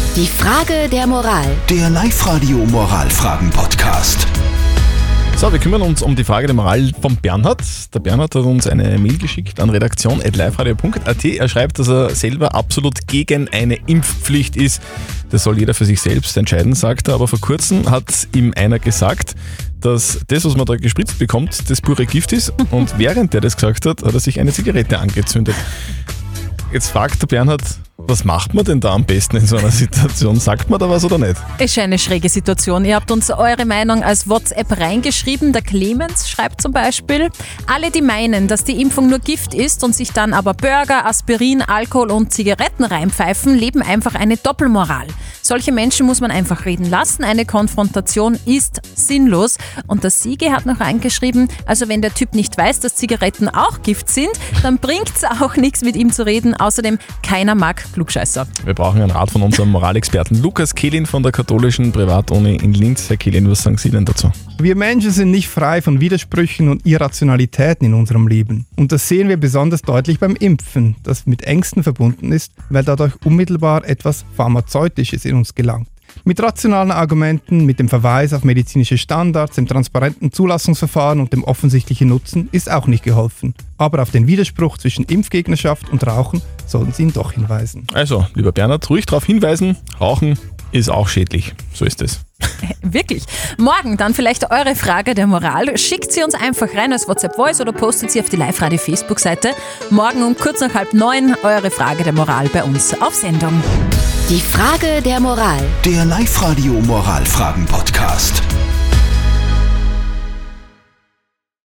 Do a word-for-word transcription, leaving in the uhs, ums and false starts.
Die Frage der Moral. Der Live-Radio-Moralfragen-Podcast. So, wir kümmern uns um die Frage der Moral von Bernhard. Der Bernhard hat uns eine Mail geschickt an redaktion at liveradio punkt at. Er schreibt, dass er selber absolut gegen eine Impfpflicht ist. Das soll jeder für sich selbst entscheiden, sagt er. Aber vor kurzem hat ihm einer gesagt, dass das, was man da gespritzt bekommt, das pure Gift ist. Und während er das gesagt hat, hat er sich eine Zigarette angezündet. Jetzt fragt der Bernhard, was macht man denn da am besten in so einer Situation? Sagt man da was oder nicht? Ist schon eine schräge Situation. Ihr habt uns eure Meinung als WhatsApp reingeschrieben. Der Clemens schreibt zum Beispiel: Alle, die meinen, dass die Impfung nur Gift ist und sich dann aber Burger, Aspirin, Alkohol und Zigaretten reinpfeifen, leben einfach eine Doppelmoral. Solche Menschen muss man einfach reden lassen. Eine Konfrontation ist sinnlos. Und der Siege hat noch reingeschrieben, also wenn der Typ nicht weiß, dass Zigaretten auch Gift sind, dann bringt es auch nichts, mit ihm zu reden. Außerdem, keiner mag Klugscheißer. Wir brauchen einen Rat von unserem Moralexperten Lukas Kehlin von der katholischen Privatuni in Linz. Herr Kehlin, was sagen Sie denn dazu? Wir Menschen sind nicht frei von Widersprüchen und Irrationalitäten in unserem Leben. Und das sehen wir besonders deutlich beim Impfen, das mit Ängsten verbunden ist, weil dadurch unmittelbar etwas Pharmazeutisches in uns gelangt. Mit rationalen Argumenten, mit dem Verweis auf medizinische Standards, dem transparenten Zulassungsverfahren und dem offensichtlichen Nutzen ist auch nicht geholfen. Aber auf den Widerspruch zwischen Impfgegnerschaft und Rauchen sollten Sie ihn doch hinweisen. Also, lieber Bernhard, ruhig darauf hinweisen, Rauchen ist auch schädlich. So ist es. Wirklich. Morgen dann vielleicht eure Frage der Moral. Schickt sie uns einfach rein als WhatsApp-Voice oder postet sie auf die Live-Radio-Facebook-Seite. Morgen um kurz nach halb neun eure Frage der Moral bei uns auf Sendung. Die Frage der Moral. Der Live-Radio-Moralfragen-Podcast.